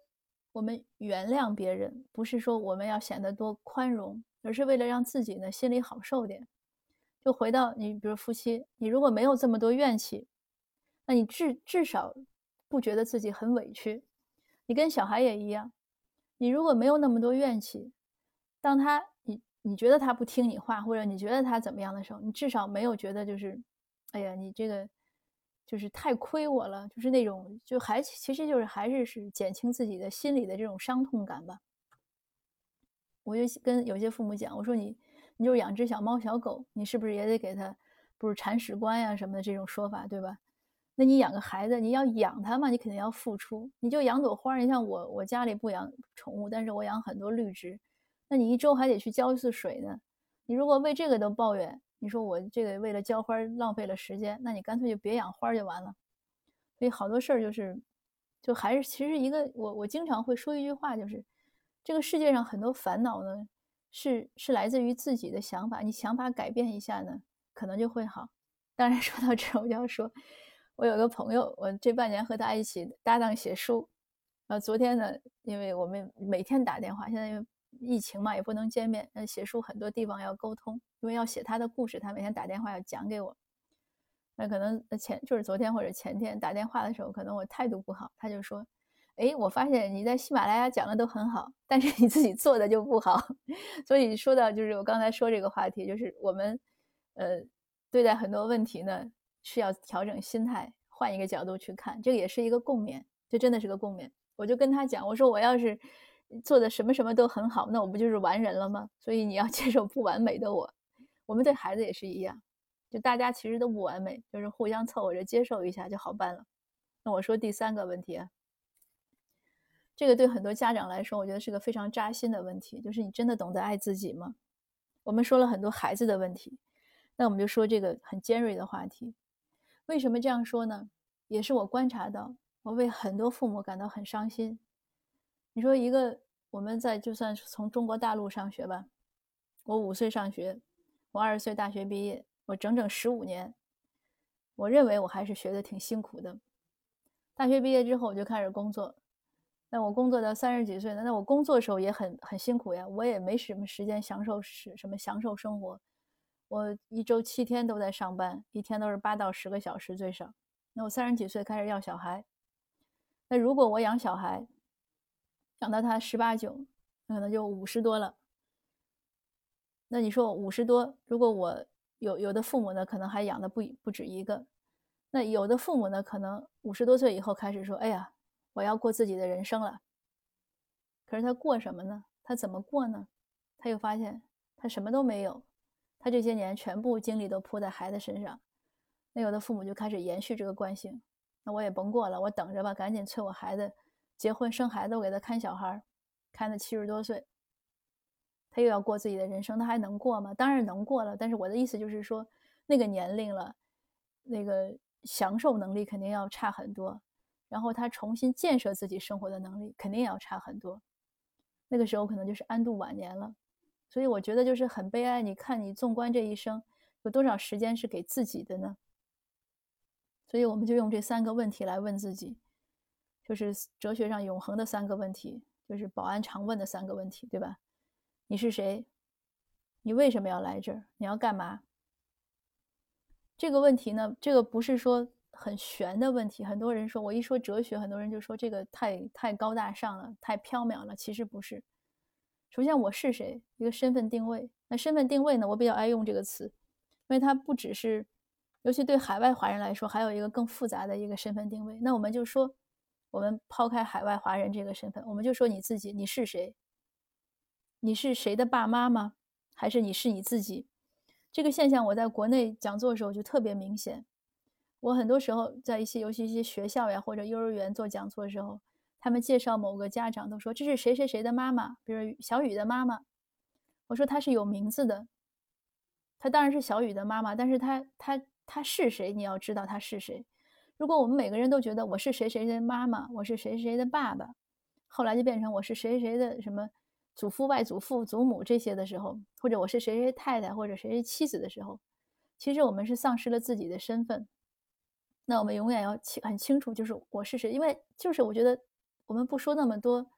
我们原谅别人，不是说我们要显得多宽容，而是为了让自己呢心里好受点。就回到你比如夫妻，你如果没有这么多怨气，那你至至少不觉得自己很委屈。你跟小孩也一样，你如果没有那么多怨气，当他你你觉得他不听你话，或者你觉得他怎么样的时候，你至少没有觉得就是，哎呀，你这个就是太亏我了，就是那种就还其实就是还是是减轻自己的心里的这种伤痛感吧。我就跟有些父母讲，我说你你就养只小猫小狗，你是不是也得给它不是铲屎官呀什么的这种说法，对吧？那你养个孩子，你要养它嘛，你肯定要付出。你就养朵花，你像我我家里不养宠物，但是我养很多绿植，那你一周还得去浇一次水呢。你如果为这个都抱怨，你说我这个为了浇花浪费了时间，那你干脆就别养花就完了。所以好多事儿就是，就还是其实一个我我经常会说一句话，就是这个世界上很多烦恼呢，是是来自于自己的想法，你想法改变一下呢，可能就会好。当然说到这儿，我就要说，我有个朋友，我这半年和他一起搭档写书，呃，昨天呢，因为我们每天打电话，现在因为疫情嘛，也不能见面，呃，写书很多地方要沟通，因为要写他的故事，他每天打电话要讲给我。那可能前就是昨天或者前天打电话的时候，可能我态度不好，他就说：“诶，我发现你在喜马拉雅讲的都很好，但是你自己做的就不好。”所以说到就是我刚才说这个话题，就是我们，呃，对待很多问题呢，是要调整心态，换一个角度去看，这个也是一个共勉，这真的是个共勉。我就跟他讲，我说我要是做的什么什么都很好，那我不就是完人了吗？所以你要接受不完美的我。我们对孩子也是一样。就大家其实都不完美，就是互相凑合着接受一下就好办了。那我说第三个问题啊，这个对很多家长来说，我觉得是个非常扎心的问题，就是你真的懂得爱自己吗？我们说了很多孩子的问题，那我们就说这个很尖锐的话题。为什么这样说呢？也是我观察到，我为很多父母感到很伤心。你说一个我们在就算是从中国大陆上学吧，我五岁上学，我二十岁大学毕业，我整整十五年，我认为我还是学的挺辛苦的。大学毕业之后我就开始工作，那我工作到三十几岁了，那我工作的时候也很很辛苦呀，我也没什么时间享受是什么享受生活。我一周七天都在上班，一天都是八到十个小时最少。那我三十几岁开始要小孩，那如果我养小孩，养到他十八九，那可能就五十多了。那你说五十多，如果我有有的父母呢，可能还养的不不止一个，那有的父母呢，可能五十多岁以后开始说：“哎呀，我要过自己的人生了。”可是他过什么呢？他怎么过呢？他又发现他什么都没有，他这些年全部精力都扑在孩子身上。那有的父母就开始延续这个惯性，那我也甭过了，我等着吧，赶紧催我孩子结婚生孩子，我给他看小孩，看他七十多岁。他又要过自己的人生，他还能过吗？当然能过了，但是我的意思就是说，那个年龄了，那个享受能力肯定要差很多，然后他重新建设自己生活的能力肯定也要差很多，那个时候可能就是安度晚年了。所以我觉得就是很悲哀，你看你纵观这一生，有多少时间是给自己的呢？所以我们就用这三个问题来问自己，就是哲学上永恒的三个问题，就是保安常问的三个问题，对吧？你是谁？你为什么要来这儿？你要干嘛？这个问题呢，这个不是说很玄的问题。很多人说，我一说哲学，很多人就说这个太太高大上了，太缥缈了。其实不是。首先，我是谁？一个身份定位。那身份定位呢，我比较爱用这个词，因为它不只是，尤其对海外华人来说，还有一个更复杂的一个身份定位。那我们就说，我们抛开海外华人这个身份，我们就说你自己，你是谁？你是谁的爸妈吗？还是你是你自己？这个现象我在国内讲座的时候就特别明显。我很多时候在一些尤其一些学校呀或者幼儿园做讲座的时候，他们介绍某个家长都说这是谁谁谁的妈妈，比如小雨的妈妈。我说她是有名字的，她当然是小雨的妈妈，但是她她她是谁？你要知道她是谁。如果我们每个人都觉得我是谁谁的妈妈，我是谁谁的爸爸，后来就变成我是谁谁的什么祖父、外祖父、祖母这些的时候，或者我是谁谁太太或者谁谁妻子的时候，其实我们是丧失了自己的身份。那我们永远要很清楚，就是我是谁，因为就是我觉得我们不说那么多，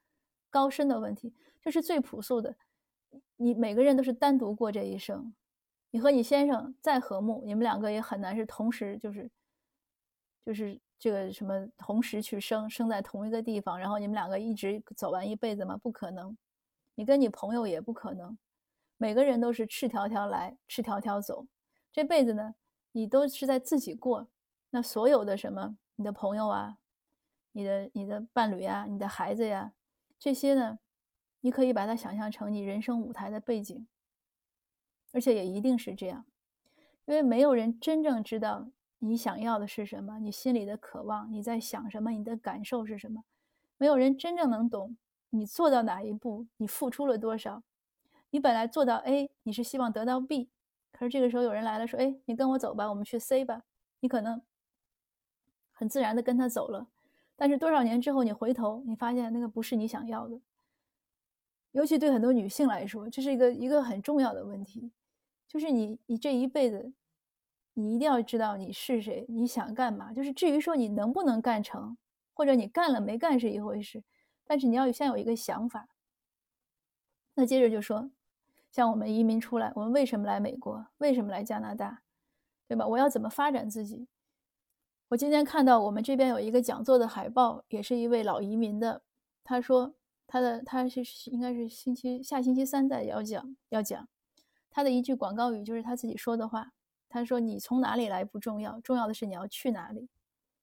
高深的问题，就是最朴素的，你每个人都是单独过这一生。你和你先生再和睦，你们两个也很难是同时就是就是这个什么同时去生，生在同一个地方，然后你们两个一直走完一辈子吗？不可能。你跟你朋友也不可能。每个人都是赤条条来，赤条条走。这辈子呢，你都是在自己过。那所有的什么，你的朋友啊，你的你的伴侣呀，你的孩子呀，这些呢，你可以把它想象成你人生舞台的背景。而且也一定是这样，因为没有人真正知道你想要的是什么，你心里的渴望，你在想什么，你的感受是什么。没有人真正能懂你做到哪一步，你付出了多少。你本来做到 A， 你是希望得到 B， 可是这个时候有人来了说，哎，你跟我走吧，我们去 C 吧。你可能很自然的跟他走了，但是多少年之后你回头，你发现那个不是你想要的。尤其对很多女性来说，这是一个一个很重要的问题。就是你你这一辈子，你一定要知道你是谁，你想干嘛。就是至于说你能不能干成，或者你干了没干是一回事，但是你要先有一个想法。那接着就说，像我们移民出来，我们为什么来美国？为什么来加拿大？对吧？我要怎么发展自己？我今天看到我们这边有一个讲座的海报，也是一位老移民的，他说他的他是应该是星期下星期三再要讲要讲。他的一句广告语就是他自己说的话，他说你从哪里来不重要，重要的是你要去哪里。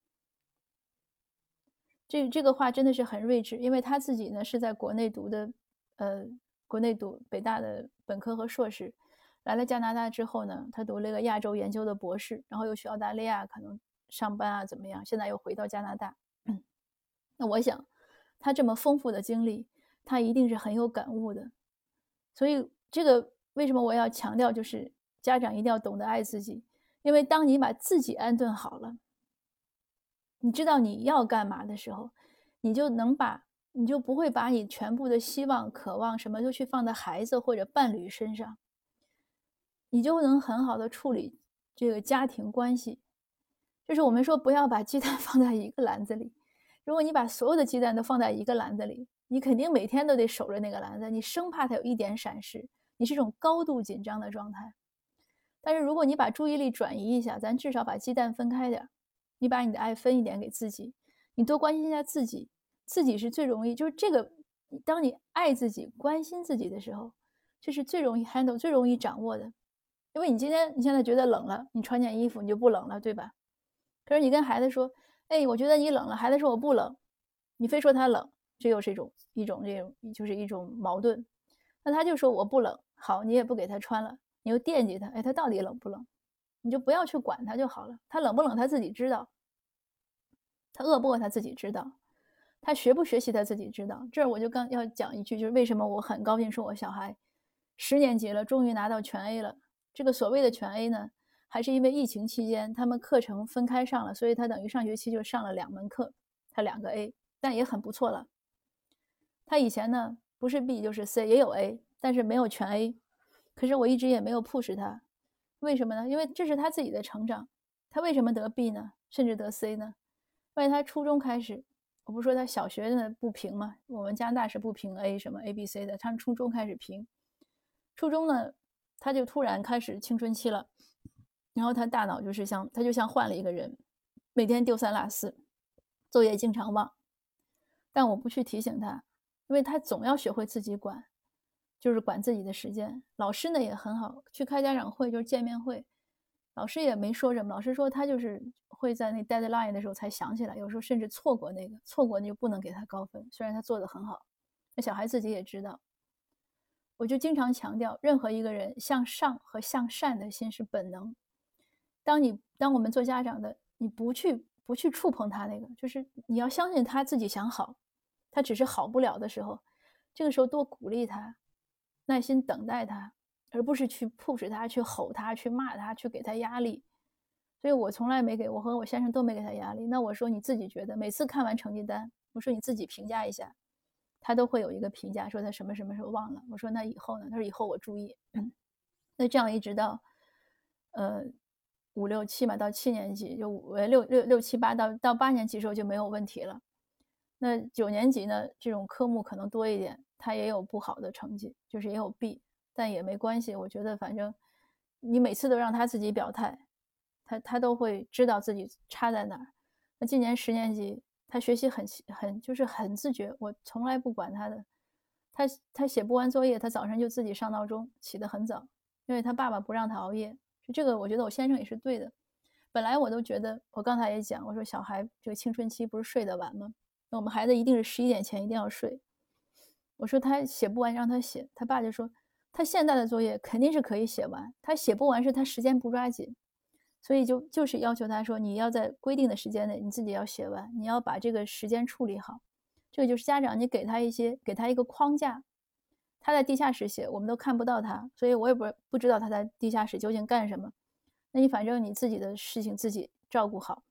这这个话真的是很睿智，因为他自己呢是在国内读的呃国内读北大的本科和硕士，来了加拿大之后呢，他读了一个亚洲研究的博士，然后又去澳大利亚可能上班啊怎么样，现在又回到加拿大。那我想他这么丰富的经历，他一定是很有感悟的。所以这个为什么我要强调，就是家长一定要懂得爱自己。因为当你把自己安顿好了，你知道你要干嘛的时候，你就能把你就不会把你全部的希望渴望什么都去放在孩子或者伴侣身上，你就能很好的处理这个家庭关系。就是我们说不要把鸡蛋放在一个篮子里，如果你把所有的鸡蛋都放在一个篮子里，你肯定每天都得守着那个篮子，你生怕它有一点闪失，你是一种高度紧张的状态。但是如果你把注意力转移一下，咱至少把鸡蛋分开点，你把你的爱分一点给自己，你多关心一下自己，自己是最容易，就是这个当你爱自己关心自己的时候，这是最容易 handle 最容易掌握的。因为你今天你现在觉得冷了，你穿件衣服你就不冷了，对吧？可是你跟孩子说，哎，我觉得你冷了，孩子说我不冷，你非说他冷，这又是一种一种这种就是一种矛盾。那他就说我不冷，好，你也不给他穿了，你又惦记他，哎，他到底冷不冷？你就不要去管他就好了，他冷不冷他自己知道，他饿不饿他自己知道，他学不学习他自己知道。这儿我就刚要讲一句，就是为什么我很高兴说我小孩十年级了，终于拿到全 A 了。这个所谓的全 A 呢，还是因为疫情期间他们课程分开上了，所以他等于上学期就上了两门课，他两个 A， 但也很不错了。他以前呢不是 B 就是 C， 也有 A， 但是没有全 A。可是我一直也没有 push 他，为什么呢？因为这是他自己的成长。他为什么得 B 呢？甚至得 C 呢？因为他初中开始，我不是说他小学的不评吗？我们加拿大是不评 A 什么 A、B、C 的，他初中开始评。初中呢，他就突然开始青春期了，然后他大脑就是像他就像换了一个人，每天丢三落四，作业经常忘。但我不去提醒他，因为他总要学会自己管，就是管自己的时间。老师呢也很好，去开家长会就是见面会，老师也没说什么，老师说他就是会在那 deadline 的时候才想起来，有时候甚至错过那个，错过那就不能给他高分，虽然他做得很好。那小孩自己也知道。我就经常强调，任何一个人向上和向善的心是本能。当你当我们做家长的，你不去不去触碰他那个，就是你要相信他自己想好，他只是好不了的时候，这个时候多鼓励他，耐心等待他，而不是去 push 他，去吼他，去骂他，去给他压力。所以我从来没给我和我先生都没给他压力。那我说你自己觉得，每次看完成绩单，我说你自己评价一下，他都会有一个评价，说他什么什么时候忘了。我说那以后呢？他说以后我注意。那这样一直到呃五六七嘛，到七年级就五六六六七八到到八年级时候就没有问题了。 那九年级呢，这种科目可能多一点，他也有不好的成绩，就是也有 B， 但也没关系。我觉得反正你每次都让他自己表态，他他都会知道自己差在哪儿。那今年十年级，他学习很很就是很自觉，我从来不管他的。他他写不完作业，他早上就自己上闹钟，起得很早，因为他爸爸不让他熬夜。这个我觉得我先生也是对的。本来我都觉得，我刚才也讲，我说小孩这个青春期不是睡得晚吗？那我们孩子一定是十一点前一定要睡。我说他写不完让他写，他爸就说他现在的作业肯定是可以写完，他写不完是他时间不抓紧，所以就就是要求他说你要在规定的时间内你自己要写完，你要把这个时间处理好。这个就是家长你给他一些给他一个框架，他在地下室写我们都看不到他，所以我也不不知道他在地下室究竟干什么。那你反正你自己的事情自己照顾好。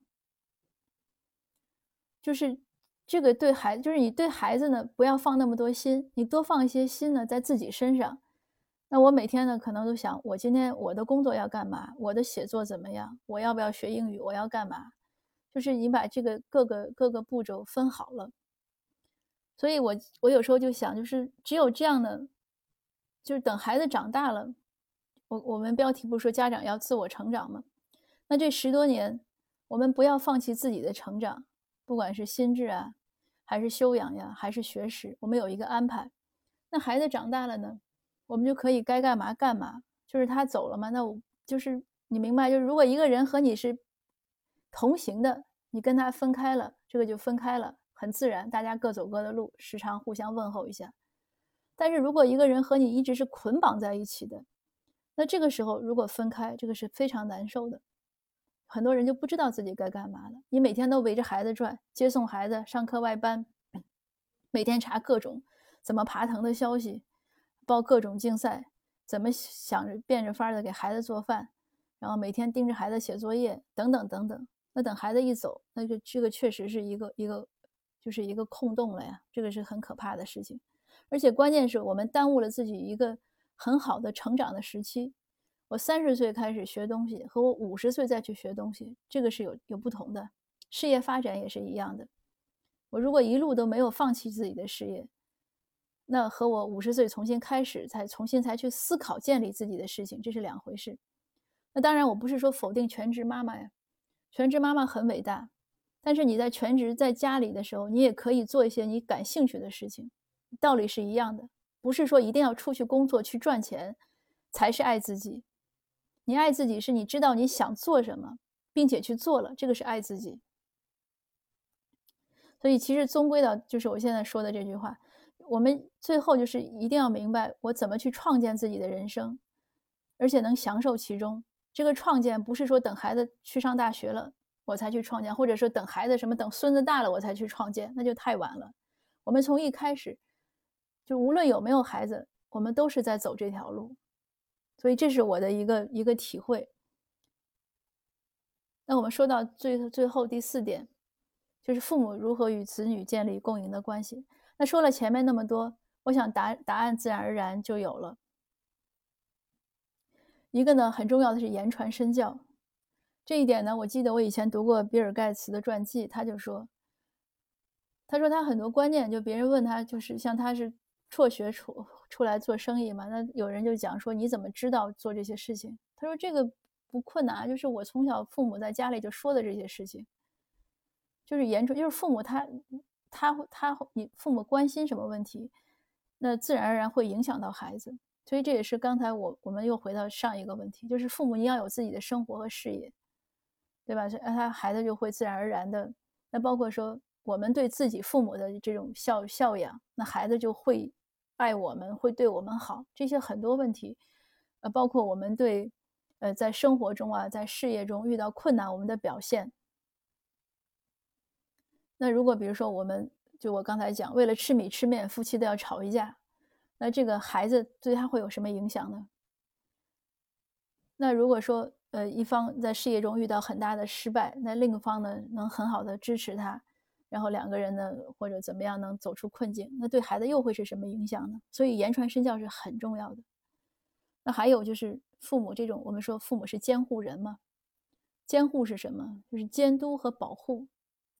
就是这个对孩子，就是你对孩子呢不要放那么多心，你多放一些心呢在自己身上。那我每天呢可能都想，我今天我的工作要干嘛，我的写作怎么样，我要不要学英语，我要干嘛，就是你把这个各个各个步骤分好了。所以我我有时候就想，就是只有这样的，就是等孩子长大了，我我们标题不是说家长要自我成长吗？那这十多年，我们不要放弃自己的成长，不管是心智啊，还是修养呀，还是学识，我们有一个安排。那孩子长大了呢，我们就可以该干嘛干嘛。就是他走了嘛，那我就是你明白，就是如果一个人和你是同行的，你跟他分开了，这个就分开了。很自然，大家各走各的路，时常互相问候一下。但是如果一个人和你一直是捆绑在一起的，那这个时候如果分开，这个是非常难受的。很多人就不知道自己该干嘛了。你每天都围着孩子转，接送孩子，上课外班，每天查各种怎么爬藤的消息，报各种竞赛，怎么想着变着法的给孩子做饭，然后每天盯着孩子写作业，等等等等。那等孩子一走，那就这个确实是一个一个就是一个空洞了呀，这个是很可怕的事情。而且关键是我们耽误了自己一个很好的成长的时期。我三十岁开始学东西，和我五十岁再去学东西，这个是有有不同的。事业发展也是一样的。我如果一路都没有放弃自己的事业，那和我五十岁重新开始，才重新才去思考建立自己的事情，这是两回事。那当然，我不是说否定全职妈妈呀，全职妈妈很伟大，但是你在全职在家里的时候，你也可以做一些你感兴趣的事情，道理是一样的。不是说一定要出去工作去赚钱才是爱自己。你爱自己是你知道你想做什么，并且去做了，这个是爱自己。所以其实终归的就是我现在说的这句话，我们最后就是一定要明白我怎么去创建自己的人生，而且能享受其中。这个创建不是说等孩子去上大学了我才去创建，或者说等孩子什么等孙子大了我才去创建，那就太晚了。我们从一开始就无论有没有孩子，我们都是在走这条路。所以这是我的一个一个体会。那我们说到最最后第四点，就是父母如何与子女建立共赢的关系。那说了前面那么多，我想答答案自然而然就有了。一个呢，很重要的是言传身教。这一点呢，我记得我以前读过比尔盖茨的传记，他就说，他说他很多观念，就别人问他，就是像他是辍学出出来做生意嘛，那有人就讲说你怎么知道做这些事情？他说这个不困难，就是我从小父母在家里就说的这些事情，就是言传，就是父母他他他你父母关心什么问题，那自然而然会影响到孩子。所以这也是刚才我我们又回到上一个问题，就是父母你要有自己的生活和事业，对吧？那他孩子就会自然而然的，那包括说我们对自己父母的这种孝孝养，那孩子就会爱我们，会对我们好。这些很多问题，呃，包括我们对，呃，在生活中啊，在事业中遇到困难，我们的表现。那如果比如说我们就我刚才讲，为了吃米吃面，夫妻都要吵一架，那这个孩子对他会有什么影响呢？那如果说呃一方在事业中遇到很大的失败，那另一方呢能很好的支持他，然后两个人呢或者怎么样能走出困境，那对孩子又会是什么影响呢？所以言传身教是很重要的。那还有就是父母这种，我们说父母是监护人嘛，监护是什么？就是监督和保护。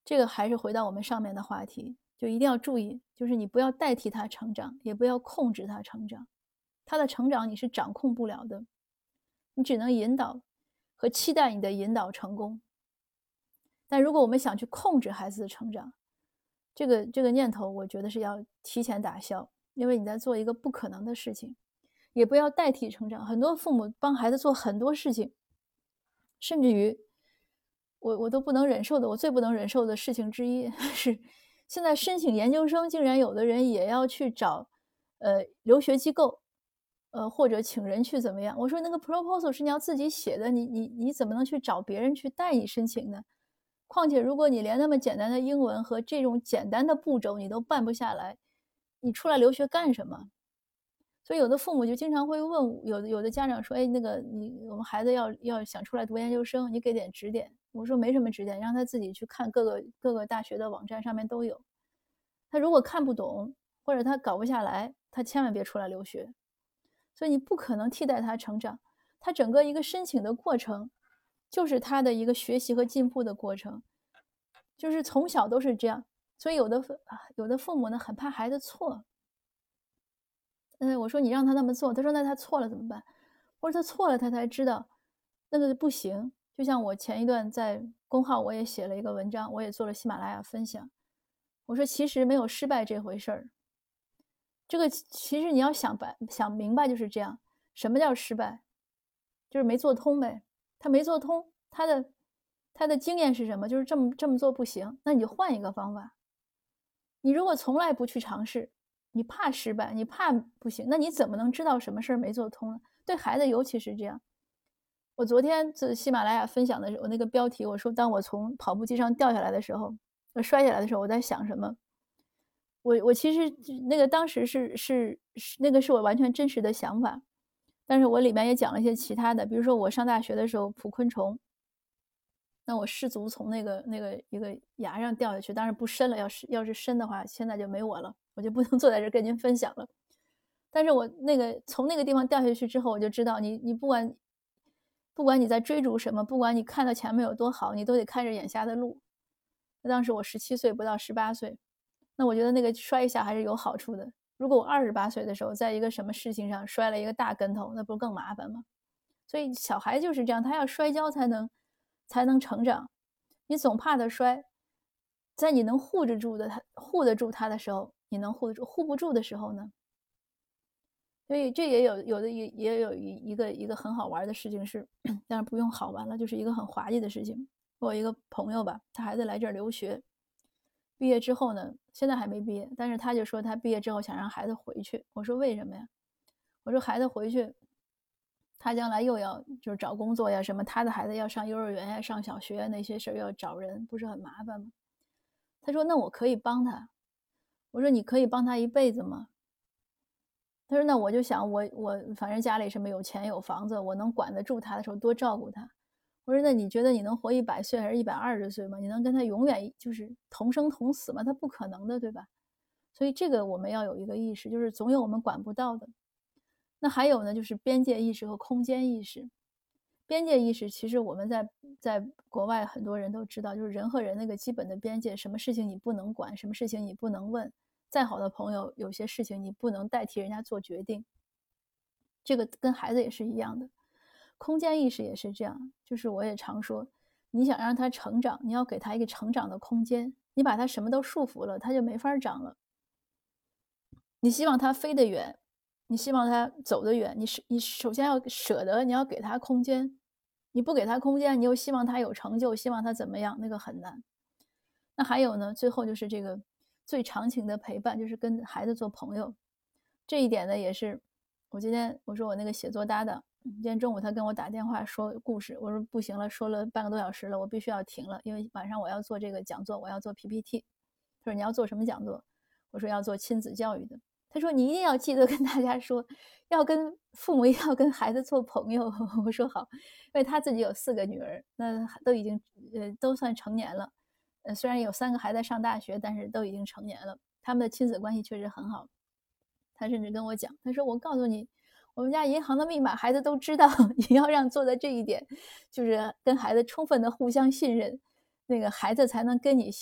这个还是回到我们上面的话题，就一定要注意，就是你不要代替他成长，也不要控制他成长。他的成长你是掌控不了的，你只能引导和期待你的引导成功。但如果我们想去控制孩子的成长，这个这个念头我觉得是要提前打消，因为你在做一个不可能的事情。也不要代替成长，很多父母帮孩子做很多事情，甚至于我我都不能忍受的，我最不能忍受的事情之一是，现在申请研究生，竟然有的人也要去找呃留学机构，呃或者请人去怎么样？我说那个 proposal 是你要自己写的，你你你怎么能去找别人去代你申请呢？况且如果你连那么简单的英文和这种简单的步骤你都办不下来，你出来留学干什么？所以有的父母就经常会问，有的有的家长说，哎，那个你我们孩子要要想出来读研究生，你给点指点。我说没什么指点，让他自己去看各个各个大学的网站上面都有。他如果看不懂或者他搞不下来，他千万别出来留学。所以你不可能替代他成长，他整个一个申请的过程就是他的一个学习和进步的过程，就是从小都是这样。所以有的有的父母呢很怕孩子错。嗯，我说你让他那么做，他说那他错了怎么办？我说他错了，他才知道那个不行。就像我前一段在公号我也写了一个文章，我也做了喜马拉雅分享。我说其实没有失败这回事儿，这个其实你要想白想明白就是这样。什么叫失败？就是没做通呗。他没做通，他的他的经验是什么？就是这么这么做不行，那你就换一个方法。你如果从来不去尝试，你怕失败，你怕不行，那你怎么能知道什么事儿没做通呢？对孩子尤其是这样。我昨天在喜马拉雅分享的我那个标题，我说当我从跑步机上掉下来的时候，摔下来的时候，我在想什么？我我其实那个当时是是是那个是我完全真实的想法，但是我里面也讲了一些其他的，比如说我上大学的时候捕昆虫，那我失足从那个那个一个崖上掉下去，当然不深了，要是要是深的话，现在就没我了，我就不能坐在这跟您分享了。但是我那个从那个地方掉下去之后，我就知道你你不管不管你在追逐什么，不管你看到前面有多好，你都得看着眼下的路。当时我十七岁不到十八岁，那我觉得那个摔一下还是有好处的。如果我二十八岁的时候在一个什么事情上摔了一个大跟头，那不是更麻烦吗？所以小孩就是这样，他要摔跤才能才能成长。你总怕他摔，在你能护着住的他护得住他的时候，你能护得住；护不住的时候呢？所以这也有有的也也有一一个一个很好玩的事情是，当然不用好玩了，就是一个很滑稽的事情。我有一个朋友吧，他孩子来这儿留学，毕业之后呢，现在还没毕业，但是他就说他毕业之后想让孩子回去。我说为什么呀？我说孩子回去，他将来又要就是找工作呀什么，他的孩子要上幼儿园呀、上小学那些事儿要找人，不是很麻烦吗？他说那我可以帮他。我说你可以帮他一辈子吗？他说那我就想我我反正家里什么有钱有房子，我能管得住他的时候多照顾他。我说那你觉得你能活一百岁还是一百二十岁吗？你能跟他永远就是同生同死吗？他不可能的，对吧？所以这个我们要有一个意识，就是总有我们管不到的。那还有呢，就是边界意识和空间意识。边界意识其实我们在在国外很多人都知道，就是人和人那个基本的边界，什么事情你不能管，什么事情你不能问。再好的朋友，有些事情你不能代替人家做决定。这个跟孩子也是一样的，空间意识也是这样。就是我也常说，你想让他成长，你要给他一个成长的空间。你把他什么都束缚了，他就没法长了。你希望他飞得远，你希望他走得远，你是你首先要舍得，你要给他空间。你不给他空间，你又希望他有成就，希望他怎么样，那个很难。那还有呢，最后就是这个最长情的陪伴，就是跟孩子做朋友。这一点呢，也是我今天我说我那个写作搭档，今天中午他跟我打电话说故事，我说不行了，说了半个多小时了，我必须要停了，因为晚上我要做这个讲座，我要做 P P T。他说你要做什么讲座？我说要做亲子教育的。他说你一定要记得跟大家说，要跟父母要跟孩子做朋友。我说好，因为他自己有四个女儿，那都已经呃都算成年了。呃，虽然有三个还在上大学，但是都已经成年了。他们的亲子关系确实很好。他甚至跟我讲，他说我告诉你，我们家银行的密码孩子都知道，你要让做的这一点，就是跟孩子充分的互相信任，那个孩子才能跟你